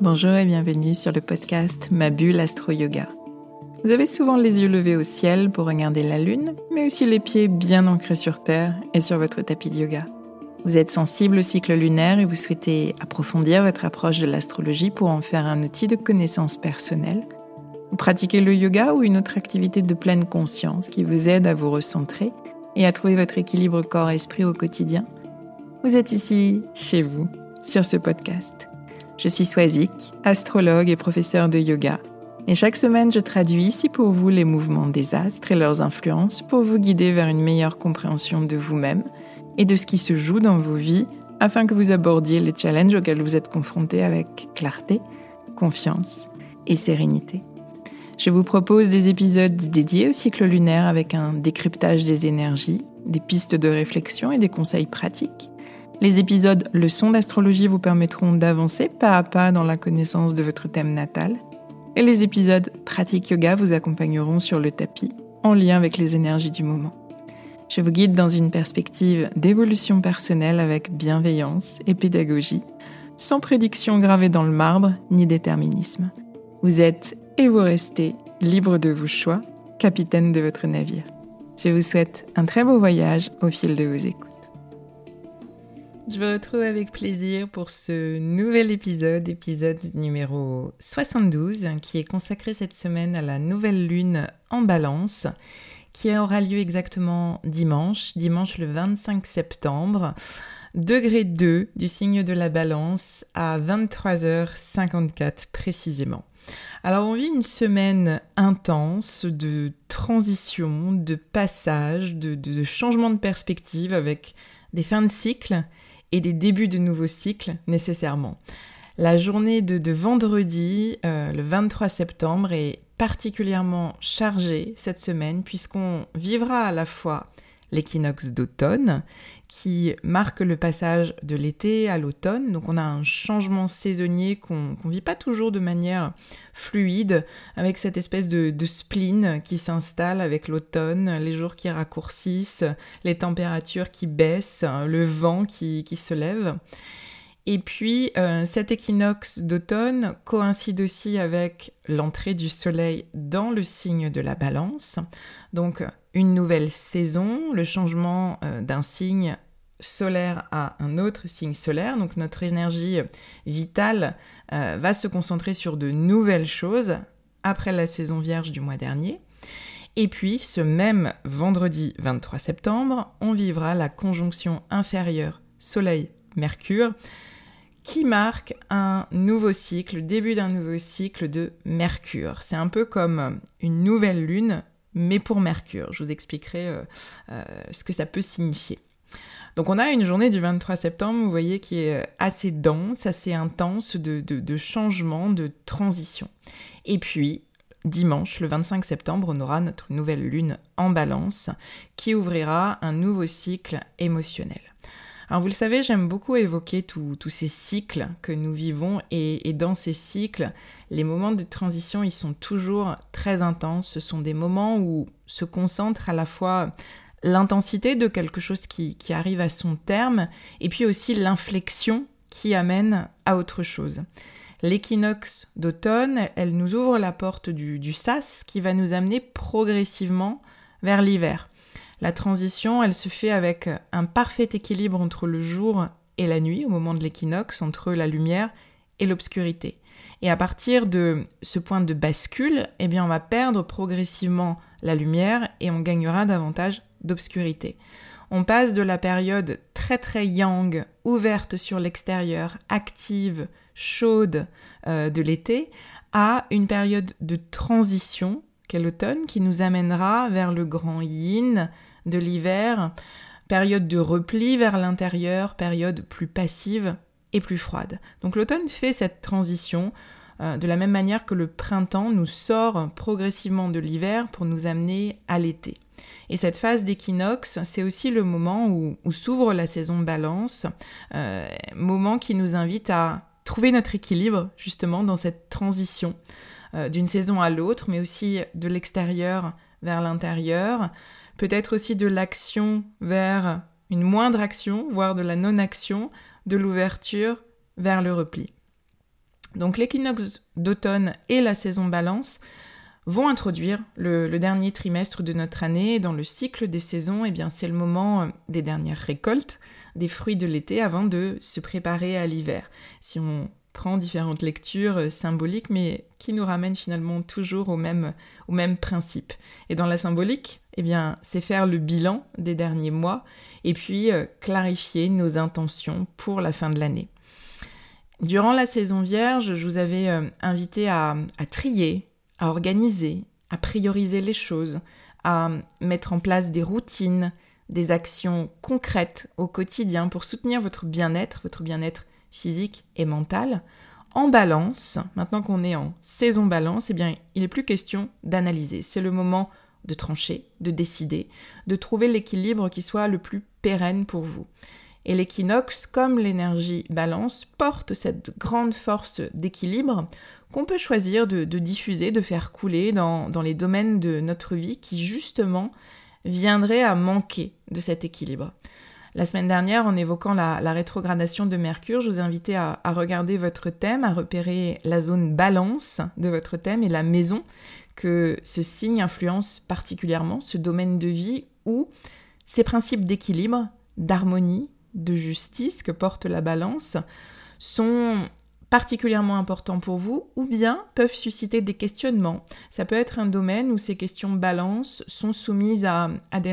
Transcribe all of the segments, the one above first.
Bonjour et bienvenue sur le podcast Ma Bulle Astro Yoga. Vous avez souvent les yeux levés au ciel pour regarder la lune, mais aussi les pieds bien ancrés sur terre et sur votre tapis de yoga. Vous êtes sensible au cycle lunaire et vous souhaitez approfondir votre approche de l'astrologie pour en faire un outil de connaissance personnelle. Vous pratiquez le yoga ou une autre activité de pleine conscience qui vous aide à vous recentrer et à trouver votre équilibre corps-esprit au quotidien. Vous êtes ici, chez vous, sur ce podcast. Je suis Swazik, astrologue et professeure de yoga. Et chaque semaine, je traduis ici pour vous les mouvements des astres et leurs influences pour vous guider vers une meilleure compréhension de vous-même et de ce qui se joue dans vos vies afin que vous abordiez les challenges auxquels vous êtes confrontés avec clarté, confiance et sérénité. Je vous propose des épisodes dédiés au cycle lunaire avec un décryptage des énergies, des pistes de réflexion et des conseils pratiques. Les épisodes leçons d'astrologie vous permettront d'avancer pas à pas dans la connaissance de votre thème natal. Et les épisodes pratique yoga vous accompagneront sur le tapis, en lien avec les énergies du moment. Je vous guide dans une perspective d'évolution personnelle avec bienveillance et pédagogie, sans prédiction gravée dans le marbre ni déterminisme. Vous êtes et vous restez libre de vos choix, capitaine de votre navire. Je vous souhaite un très beau voyage au fil de vos écoutes. Je vous retrouve avec plaisir pour ce nouvel épisode numéro 72, qui est consacré cette semaine à la nouvelle lune en Balance, qui aura lieu exactement dimanche le 25 septembre, degré 2 du signe de la Balance à 23h54 précisément. Alors on vit une semaine intense de transition, de passage, de changement de perspective avec des fins de cycle et des débuts de nouveaux cycles nécessairement. La journée de vendredi, le 23 septembre, est particulièrement chargée cette semaine puisqu'on vivra à la fois l'équinoxe d'automne qui marque le passage de l'été à l'automne. Donc on a un changement saisonnier qu'on vit pas toujours de manière fluide avec cette espèce de spleen qui s'installe avec l'automne, les jours qui raccourcissent, les températures qui baissent, le vent qui se lève. Et puis cet équinoxe d'automne coïncide aussi avec l'entrée du soleil dans le signe de la Balance. Donc une nouvelle saison, le changement d'un signe solaire à un autre signe solaire. Donc notre énergie vitale va se concentrer sur de nouvelles choses après la saison vierge du mois dernier. Et puis ce même vendredi 23 septembre, on vivra la conjonction inférieure Soleil-Mercure qui marque un nouveau cycle, le début d'un nouveau cycle de Mercure. C'est un peu comme une nouvelle lune, mais pour Mercure. Je vous expliquerai ce que ça peut signifier. Donc on a une journée du 23 septembre, vous voyez, qui est assez dense, assez intense de changement, de transition. Et puis, dimanche, le 25 septembre, on aura notre nouvelle lune en Balance qui ouvrira un nouveau cycle émotionnel. Alors vous le savez, j'aime beaucoup évoquer tous ces cycles que nous vivons et dans ces cycles, les moments de transition, ils sont toujours très intenses. Ce sont des moments où se concentre à la fois l'intensité de quelque chose qui arrive à son terme et puis aussi l'inflexion qui amène à autre chose. L'équinoxe d'automne, elle nous ouvre la porte du sas qui va nous amener progressivement vers l'hiver. La transition, elle se fait avec un parfait équilibre entre le jour et la nuit, au moment de l'équinoxe, entre la lumière et l'obscurité. Et à partir de ce point de bascule, eh bien, on va perdre progressivement la lumière et on gagnera davantage d'obscurité. On passe de la période très très yang, ouverte sur l'extérieur, active, chaude de l'été, à une période de transition, qu'est l'automne, qui nous amènera vers le grand yin de l'hiver, période de repli vers l'intérieur, période plus passive et plus froide. Donc l'automne fait cette transition de la même manière que le printemps nous sort progressivement de l'hiver pour nous amener à l'été. Et cette phase d'équinoxe, c'est aussi le moment où s'ouvre la saison Balance, moment qui nous invite à trouver notre équilibre justement dans cette transition d'une saison à l'autre, mais aussi de l'extérieur vers l'intérieur, peut-être aussi de l'action vers une moindre action, voire de la non-action, de l'ouverture vers le repli. Donc l'équinoxe d'automne et la saison Balance vont introduire le dernier trimestre de notre année. Dans le cycle des saisons, c'est le moment des dernières récoltes des fruits de l'été avant de se préparer à l'hiver. Si on prend différentes lectures symboliques, mais qui nous ramènent finalement toujours au même principe. Et dans la symbolique, c'est faire le bilan des derniers mois et puis clarifier nos intentions pour la fin de l'année. Durant la saison vierge, je vous avais invité à trier, à organiser, à prioriser les choses, à mettre en place des routines, des actions concrètes au quotidien pour soutenir votre bien-être physique et mental. En balance, maintenant qu'on est en saison balance, il n'est plus question d'analyser. C'est le moment de trancher, de décider, de trouver l'équilibre qui soit le plus pérenne pour vous. Et l'équinoxe, comme l'énergie balance, porte cette grande force d'équilibre qu'on peut choisir de diffuser, de faire couler dans les domaines de notre vie qui justement viendraient à manquer de cet équilibre. La semaine dernière, en évoquant la rétrogradation de Mercure, je vous ai invité à regarder votre thème, à repérer la zone balance de votre thème et la maison que ce signe influence particulièrement, ce domaine de vie où ces principes d'équilibre, d'harmonie, de justice que porte la balance sont particulièrement importants pour vous ou bien peuvent susciter des questionnements. Ça peut être un domaine où ces questions balance sont soumises à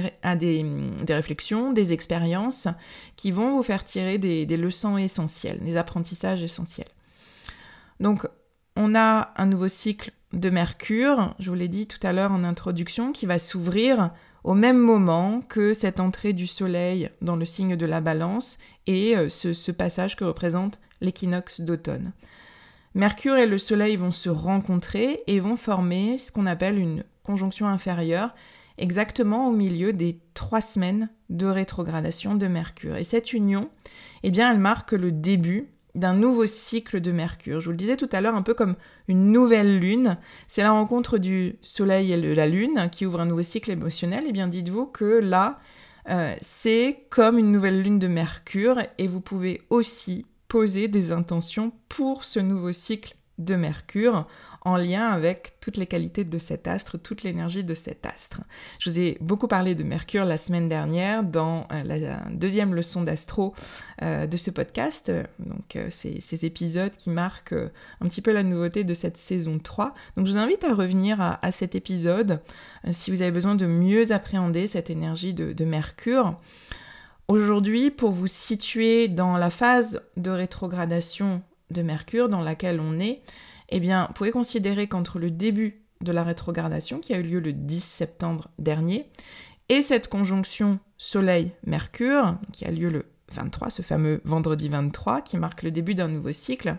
des réflexions, des expériences qui vont vous faire tirer des leçons essentielles, des apprentissages essentiels. Donc, on a un nouveau cycle de Mercure, je vous l'ai dit tout à l'heure en introduction, qui va s'ouvrir au même moment que cette entrée du Soleil dans le signe de la Balance et ce passage que représente l'équinoxe d'automne. Mercure et le Soleil vont se rencontrer et vont former ce qu'on appelle une conjonction inférieure, exactement au milieu des 3 semaines de rétrogradation de Mercure. Et cette union, elle marque le début d'un nouveau cycle de Mercure. Je vous le disais tout à l'heure, un peu comme une nouvelle lune. C'est la rencontre du Soleil et de la Lune qui ouvre un nouveau cycle émotionnel. Dites-vous que là, c'est comme une nouvelle lune de Mercure et vous pouvez aussi poser des intentions pour ce nouveau cycle de Mercure en lien avec toutes les qualités de cet astre, toute l'énergie de cet astre. Je vous ai beaucoup parlé de Mercure la semaine dernière dans la deuxième leçon d'astro de ce podcast, donc ces épisodes qui marquent un petit peu la nouveauté de cette saison 3. Donc je vous invite à revenir à cet épisode si vous avez besoin de mieux appréhender cette énergie de Mercure. Aujourd'hui, pour vous situer dans la phase de rétrogradation de Mercure dans laquelle on est, vous pouvez considérer qu'entre le début de la rétrogradation, qui a eu lieu le 10 septembre dernier, et cette conjonction Soleil-Mercure, qui a lieu le 23, ce fameux vendredi 23, qui marque le début d'un nouveau cycle,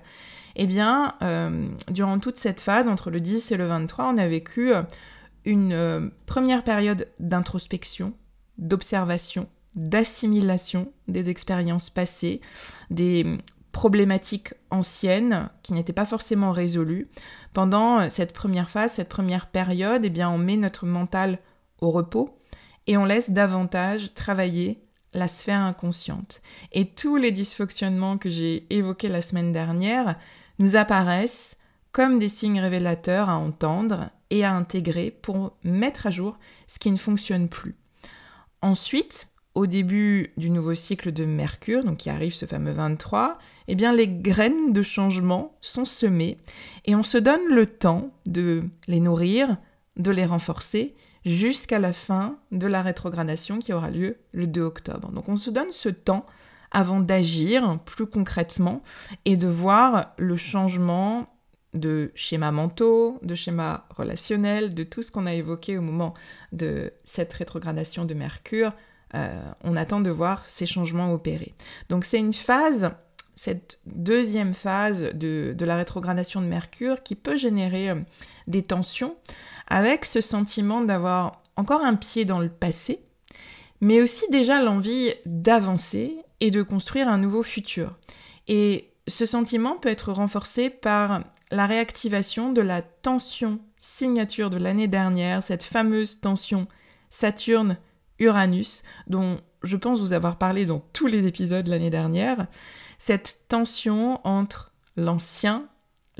durant toute cette phase, entre le 10 et le 23, on a vécu une première période d'introspection, d'observation, d'assimilation des expériences passées, des problématiques anciennes qui n'étaient pas forcément résolues. Pendant cette première phase, cette première période, on met notre mental au repos et on laisse davantage travailler la sphère inconsciente. Et tous les dysfonctionnements que j'ai évoqués la semaine dernière nous apparaissent comme des signes révélateurs à entendre et à intégrer pour mettre à jour ce qui ne fonctionne plus. Ensuite, au début du nouveau cycle de Mercure, donc qui arrive ce fameux 23, les graines de changement sont semées et on se donne le temps de les nourrir, de les renforcer jusqu'à la fin de la rétrogradation qui aura lieu le 2 octobre. Donc on se donne ce temps avant d'agir plus concrètement et de voir le changement de schémas mentaux, de schémas relationnels, de tout ce qu'on a évoqué au moment de cette rétrogradation de Mercure. On attend de voir ces changements opérer. Donc c'est une phase, cette deuxième phase de la rétrogradation de Mercure qui peut générer des tensions avec ce sentiment d'avoir encore un pied dans le passé, mais aussi déjà l'envie d'avancer et de construire un nouveau futur. Et ce sentiment peut être renforcé par la réactivation de la tension signature de l'année dernière, cette fameuse tension Saturne-Uranus, dont je pense vous avoir parlé dans tous les épisodes l'année dernière, cette tension entre l'ancien,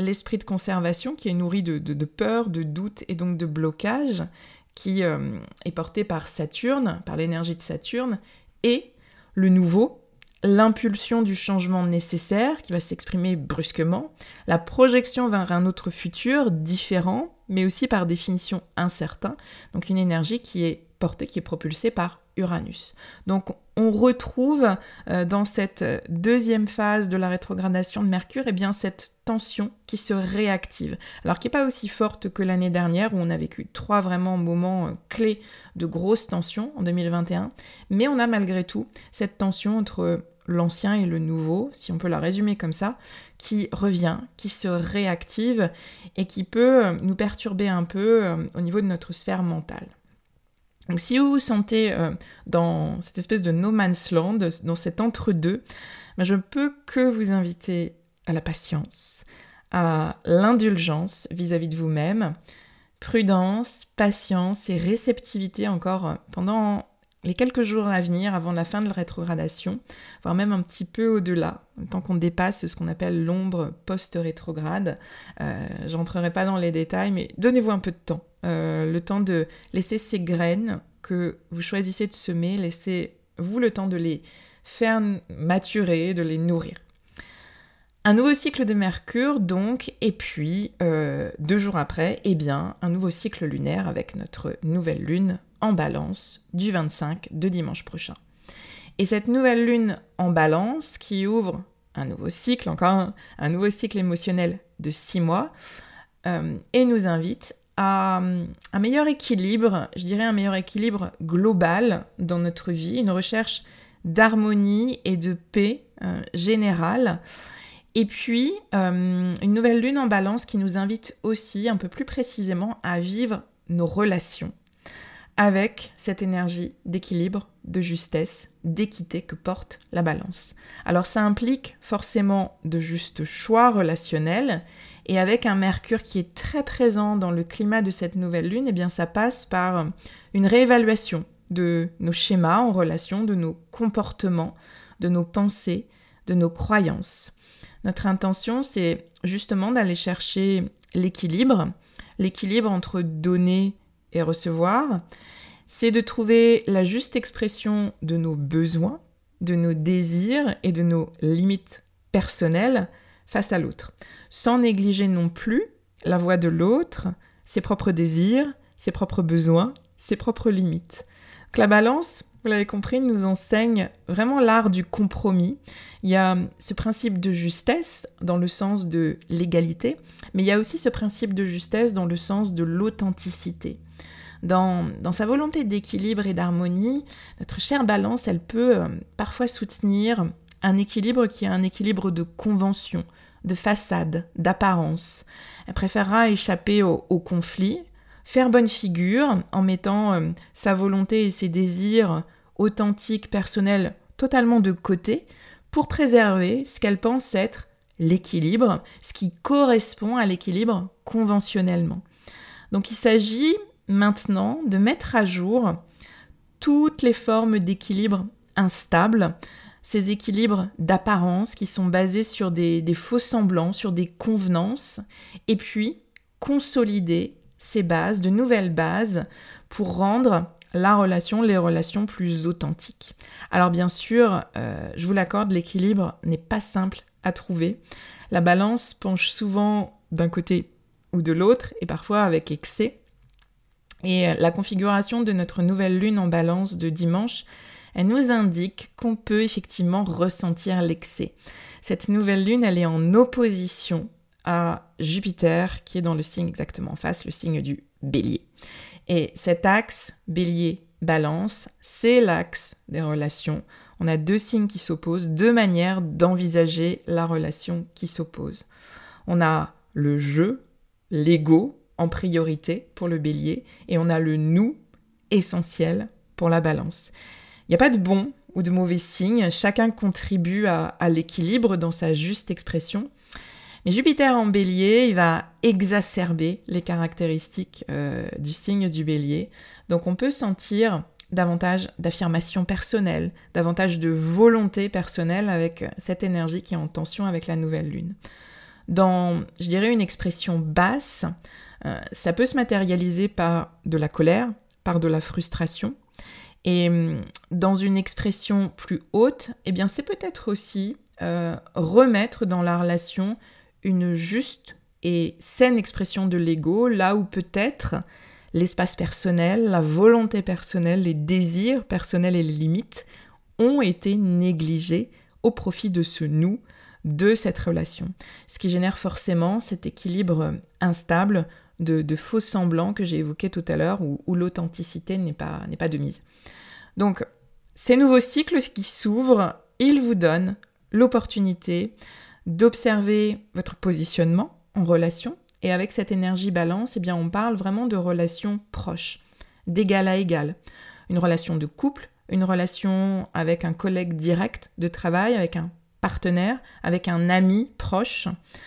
l'esprit de conservation qui est nourri de peur, de doute et donc de blocage, qui est porté par Saturne, par l'énergie de Saturne, et le nouveau, l'impulsion du changement nécessaire qui va s'exprimer brusquement, la projection vers un autre futur différent, mais aussi par définition incertain, donc une énergie qui est portée, qui est propulsée par Uranus. Donc on retrouve dans cette deuxième phase de la rétrogradation de Mercure cette tension qui se réactive, alors qui n'est pas aussi forte que l'année dernière où on a vécu 3 vraiment moments clés de grosses tensions en 2021, mais on a malgré tout cette tension entre l'ancien et le nouveau, si on peut la résumer comme ça, qui revient, qui se réactive et qui peut nous perturber un peu au niveau de notre sphère mentale. Donc si vous vous sentez dans cette espèce de no man's land, dans cet entre-deux, je ne peux que vous inviter à la patience, à l'indulgence vis-à-vis de vous-même, prudence, patience et réceptivité encore pendant les quelques jours à venir avant la fin de la rétrogradation, voire même un petit peu au-delà, tant qu'on dépasse ce qu'on appelle l'ombre post-rétrograde. Je n'entrerai pas dans les détails, mais donnez-vous un peu de temps. Le temps de laisser ces graines que vous choisissez de semer, laissez-vous le temps de les faire maturer, de les nourrir. Un nouveau cycle de Mercure, donc, et puis, 2 jours après, un nouveau cycle lunaire avec notre nouvelle lune en Balance du 25 de dimanche prochain. Et cette nouvelle lune en Balance qui ouvre un nouveau cycle, encore un nouveau cycle émotionnel de 6 mois, et nous invite à un meilleur équilibre, je dirais un meilleur équilibre global dans notre vie, une recherche d'harmonie et de paix générale. Et puis, une nouvelle lune en Balance qui nous invite aussi un peu plus précisément à vivre nos relations avec cette énergie d'équilibre, de justesse, d'équité que porte la Balance. Alors ça implique forcément de justes choix relationnels, et avec un Mercure qui est très présent dans le climat de cette nouvelle lune, ça passe par une réévaluation de nos schémas en relation, de nos comportements, de nos pensées, de nos croyances. Notre intention, c'est justement d'aller chercher l'équilibre entre donner et recevoir, c'est de trouver la juste expression de nos besoins, de nos désirs et de nos limites personnelles face à l'autre, sans négliger non plus la voix de l'autre, ses propres désirs, ses propres besoins, ses propres limites. Donc la Balance, vous l'avez compris, nous enseigne vraiment l'art du compromis. Il y a ce principe de justesse dans le sens de l'égalité, mais il y a aussi ce principe de justesse dans le sens de l'authenticité. Dans sa volonté d'équilibre et d'harmonie, notre chère Balance, elle peut parfois soutenir un équilibre qui est un équilibre de convention, de façade, d'apparence. Elle préférera échapper au conflit, faire bonne figure en mettant sa volonté et ses désirs authentiques, personnels, totalement de côté pour préserver ce qu'elle pense être l'équilibre, ce qui correspond à l'équilibre conventionnellement. Donc il s'agit maintenant de mettre à jour toutes les formes d'équilibre instables, ces équilibres d'apparence qui sont basés sur des faux semblants, sur des convenances, et puis consolider ces bases, de nouvelles bases, pour rendre les relations plus authentiques. Alors bien sûr, je vous l'accorde, l'équilibre n'est pas simple à trouver. La Balance penche souvent d'un côté ou de l'autre, et parfois avec excès. Et la configuration de notre nouvelle lune en Balance de dimanche, elle nous indique qu'on peut effectivement ressentir l'excès. Cette nouvelle lune, elle est en opposition à Jupiter, qui est dans le signe exactement en face, le signe du Bélier. Et cet axe Bélier-Balance, c'est l'axe des relations. On a 2 signes qui s'opposent, 2 manières d'envisager la relation qui s'opposent. On a le je, l'ego, en priorité pour le Bélier, et on a le nous essentiel pour la Balance. Il n'y a pas de bon ou de mauvais signe, chacun contribue à l'équilibre dans sa juste expression. Mais Jupiter en Bélier, il va exacerber les caractéristiques du signe du Bélier. Donc on peut sentir davantage d'affirmation personnelle, davantage de volonté personnelle avec cette énergie qui est en tension avec la nouvelle lune. Dans, je dirais, une expression basse, ça peut se matérialiser par de la colère, par de la frustration. Et dans une expression plus haute, eh bien, c'est peut-être aussi remettre dans la relation une juste et saine expression de l'ego, là où peut-être l'espace personnel, la volonté personnelle, les désirs personnels et les limites ont été négligés au profit de ce nous, de cette relation. Ce qui génère forcément cet équilibre instable de faux semblants que j'ai évoqué tout à l'heure, où l'authenticité n'est pas de mise. Donc, ces nouveaux cycles qui s'ouvrent, ils vous donnent l'opportunité d'observer votre positionnement en relation. Et avec cette énergie balance, eh bien, on parle vraiment de relations proches, d'égal à égal. Une relation de couple, une relation avec un collègue direct de travail, avec un partenaire, avec un ami proche.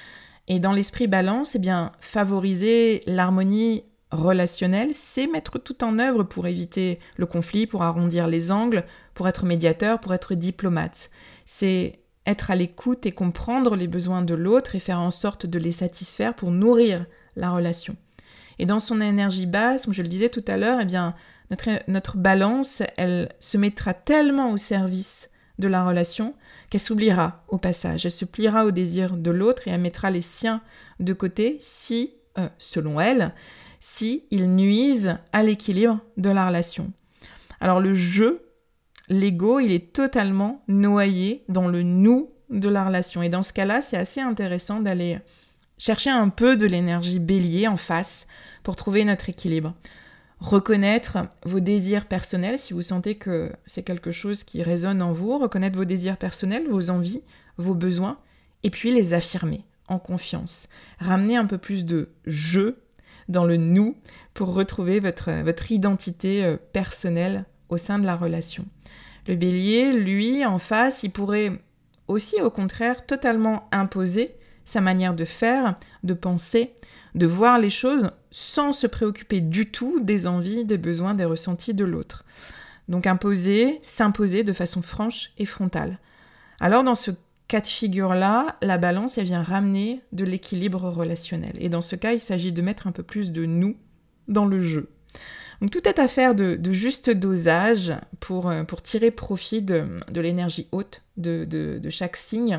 Et dans l'esprit balance, eh bien, favoriser l'harmonie relationnelle, c'est mettre tout en œuvre pour éviter le conflit, pour arrondir les angles, pour être médiateur, pour être diplomate. C'est être à l'écoute et comprendre les besoins de l'autre et faire en sorte de les satisfaire pour nourrir la relation. Et dans son énergie basse, comme je le disais tout à l'heure, eh bien, notre balance, elle se mettra tellement au service de la relation qu'elle s'oubliera au passage. Elle se pliera au désir de l'autre et elle mettra les siens de côté si, selon elle, si ils nuisent à l'équilibre de la relation. Alors le jeu, l'ego, il est totalement noyé dans le nous de la relation. Et dans ce cas-là, c'est assez intéressant d'aller chercher un peu de l'énergie bélier en face pour trouver notre équilibre. Reconnaître vos désirs personnels, si vous sentez que c'est quelque chose qui résonne en vous, reconnaître vos désirs personnels, vos envies, vos besoins, et puis les affirmer en confiance. Ramener un peu plus de « je » dans le « nous » pour retrouver votre identité personnelle au sein de la relation. Le bélier, lui, en face, il pourrait aussi, au contraire, totalement imposer sa manière de faire, de penser, de voir les choses sans se préoccuper du tout des envies, des besoins, des ressentis de l'autre. Donc imposer, s'imposer de façon franche et frontale. Alors dans ce cas de figure-là, la balance, elle vient ramener de l'équilibre relationnel. Et dans ce cas, il s'agit de mettre un peu plus de nous dans le jeu. Donc tout est affaire de juste dosage pour tirer profit de l'énergie haute de chaque signe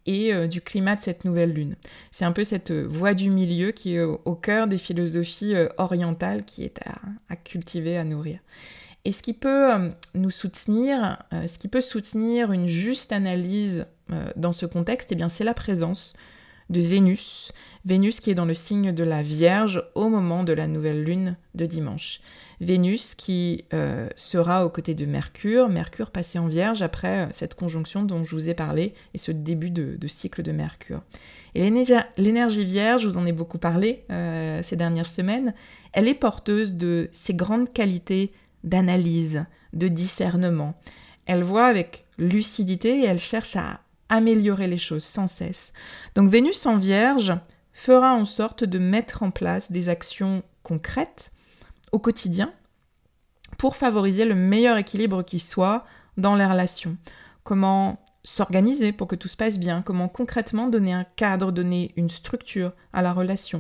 et du climat de cette nouvelle lune. C'est un peu cette voie du milieu qui est au cœur des philosophies orientales qui est à cultiver, à nourrir. Et ce qui peut nous soutenir, ce qui peut soutenir une juste analyse dans ce contexte, eh bien, c'est la présence de Vénus. Vénus qui est dans le signe de la Vierge au moment de la nouvelle lune de dimanche. Vénus qui sera aux côtés de Mercure, Mercure passé en Vierge après cette conjonction dont je vous ai parlé et ce début de cycle de Mercure. Et l'énergie Vierge, je vous en ai beaucoup parlé ces dernières semaines, elle est porteuse de ces grandes qualités d'analyse, de discernement. Elle voit avec lucidité et elle cherche à améliorer les choses sans cesse. Donc Vénus en Vierge fera en sorte de mettre en place des actions concrètes au quotidien pour favoriser le meilleur équilibre qui soit dans les relations. Comment s'organiser pour que tout se passe bien, comment concrètement donner un cadre, donner une structure à la relation.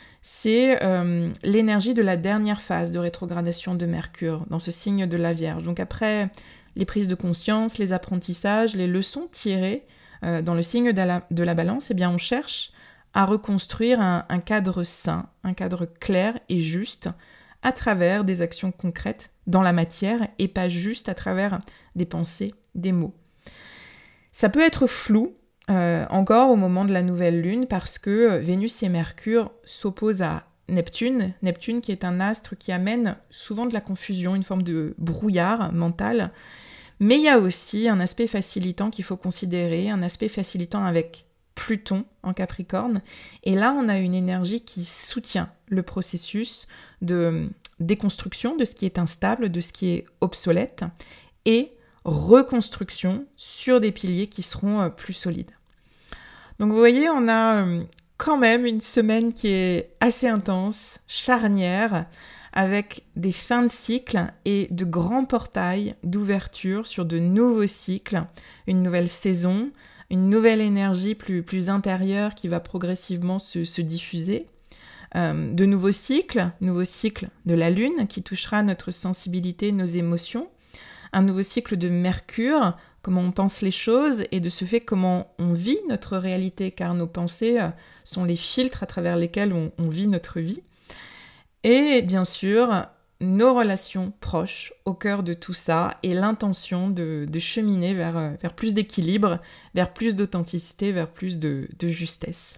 C'est l'énergie de la dernière phase de rétrogradation de Mercure dans ce signe de la Vierge. Donc après les prises de conscience, les apprentissages, les leçons tirées dans le signe de la Balance, eh bien on cherche à reconstruire un cadre sain, un cadre clair et juste à travers des actions concrètes dans la matière et pas juste à travers des pensées, des mots. Ça peut être flou encore au moment de la nouvelle lune parce que Vénus et Mercure s'opposent à Neptune, Neptune qui est un astre qui amène souvent de la confusion, une forme de brouillard mental. Mais il y a aussi un aspect facilitant qu'il faut considérer, un aspect facilitant avec Pluton en Capricorne. Et là, on a une énergie qui soutient le processus de déconstruction de ce qui est instable, de ce qui est obsolète, et reconstruction sur des piliers qui seront plus solides. Donc vous voyez, on a quand même une semaine qui est assez intense, charnière, avec des fins de cycle et de grands portails d'ouverture sur de nouveaux cycles, une nouvelle saison, une nouvelle énergie plus intérieure qui va progressivement se diffuser. De nouveaux cycles de la Lune qui touchera notre sensibilité, nos émotions. Un nouveau cycle de Mercure, comment on pense les choses et de ce fait comment on vit notre réalité, car nos pensées sont les filtres à travers lesquels on vit notre vie. Et bien sûr, nos relations proches au cœur de tout ça et l'intention de cheminer vers plus d'équilibre, vers plus d'authenticité, vers plus de justesse.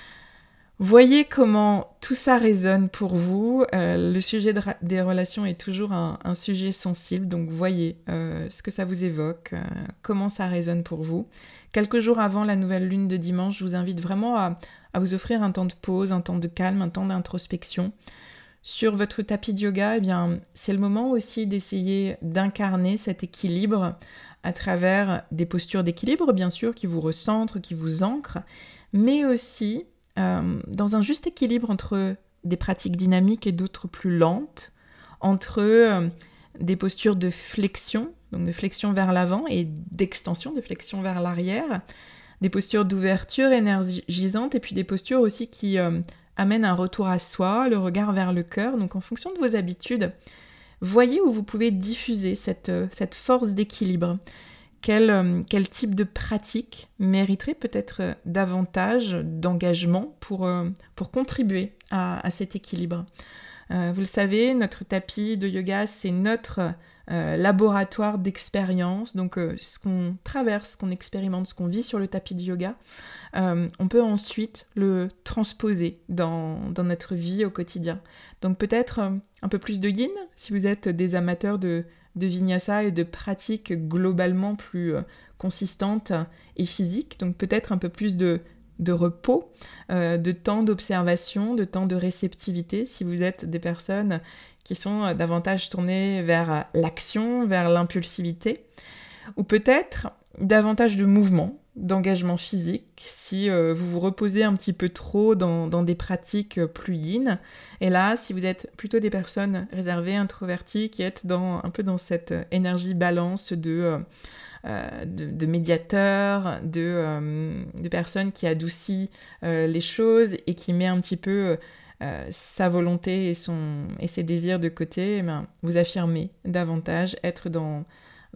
Voyez comment tout ça résonne pour vous. Le sujet des relations est toujours un sujet sensible, donc voyez ce que ça vous évoque, comment ça résonne pour vous. Quelques jours avant la nouvelle lune de dimanche, je vous invite vraiment à vous offrir un temps de pause, un temps de calme, un temps d'introspection. Sur votre tapis de yoga, eh bien, c'est le moment aussi d'essayer d'incarner cet équilibre à travers des postures d'équilibre, bien sûr, qui vous recentrent, qui vous ancrent, mais aussi dans un juste équilibre entre des pratiques dynamiques et d'autres plus lentes, entre des postures de flexion, donc de flexion vers l'avant et d'extension, de flexion vers l'arrière, des postures d'ouverture énergisante et puis des postures aussi qui amènent un retour à soi, le regard vers le cœur. Donc en fonction de vos habitudes, voyez où vous pouvez diffuser cette force d'équilibre. Quel type de pratique mériterait peut-être davantage d'engagement pour contribuer à cet équilibre. Vous le savez, notre tapis de yoga, c'est notre laboratoire d'expérience. Donc ce qu'on traverse, ce qu'on expérimente, ce qu'on vit sur le tapis de yoga, on peut ensuite le transposer dans notre vie au quotidien. Donc peut-être un peu plus de yin, si vous êtes des amateurs de vinyasa et de pratiques globalement plus consistantes et physiques. Donc peut-être un peu plus de repos, de temps d'observation, de temps de réceptivité, si vous êtes des personnes qui sont davantage tournées vers l'action, vers l'impulsivité. Ou peut-être davantage de mouvement, d'engagement physique, si vous vous reposez un petit peu trop dans des pratiques plus yin. Et là, si vous êtes plutôt des personnes réservées, introverties, qui êtes un peu dans cette énergie balance de médiateur, de personnes qui adoucit les choses et qui met un petit peu sa volonté et ses désirs de côté, eh bien, vous affirmez davantage, être dans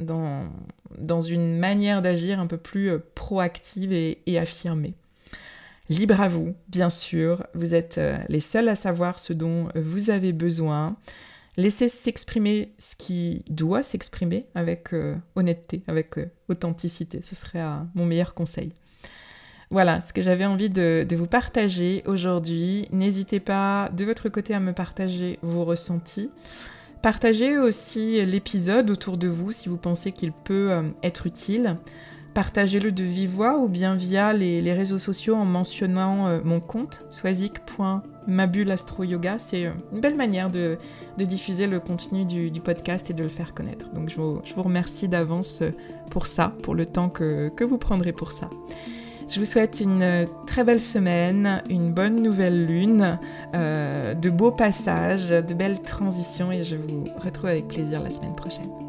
une manière d'agir un peu plus proactive et affirmée. Libre à vous, bien sûr, vous êtes les seuls à savoir ce dont vous avez besoin. Laissez s'exprimer ce qui doit s'exprimer avec honnêteté, avec authenticité. Ce serait mon meilleur conseil. Voilà ce que j'avais envie de vous partager aujourd'hui. N'hésitez pas de votre côté à me partager vos ressentis. Partagez aussi l'épisode autour de vous si vous pensez qu'il peut être utile. Partagez-le de vive voix ou bien via les réseaux sociaux en mentionnant mon compte swazik.mabulastroyoga. C'est une belle manière de diffuser le contenu du podcast et de le faire connaître. Donc je vous remercie d'avance pour ça, pour le temps que vous prendrez pour ça. Je vous souhaite une très belle semaine, une bonne nouvelle lune, de beaux passages, de belles transitions et je vous retrouve avec plaisir la semaine prochaine.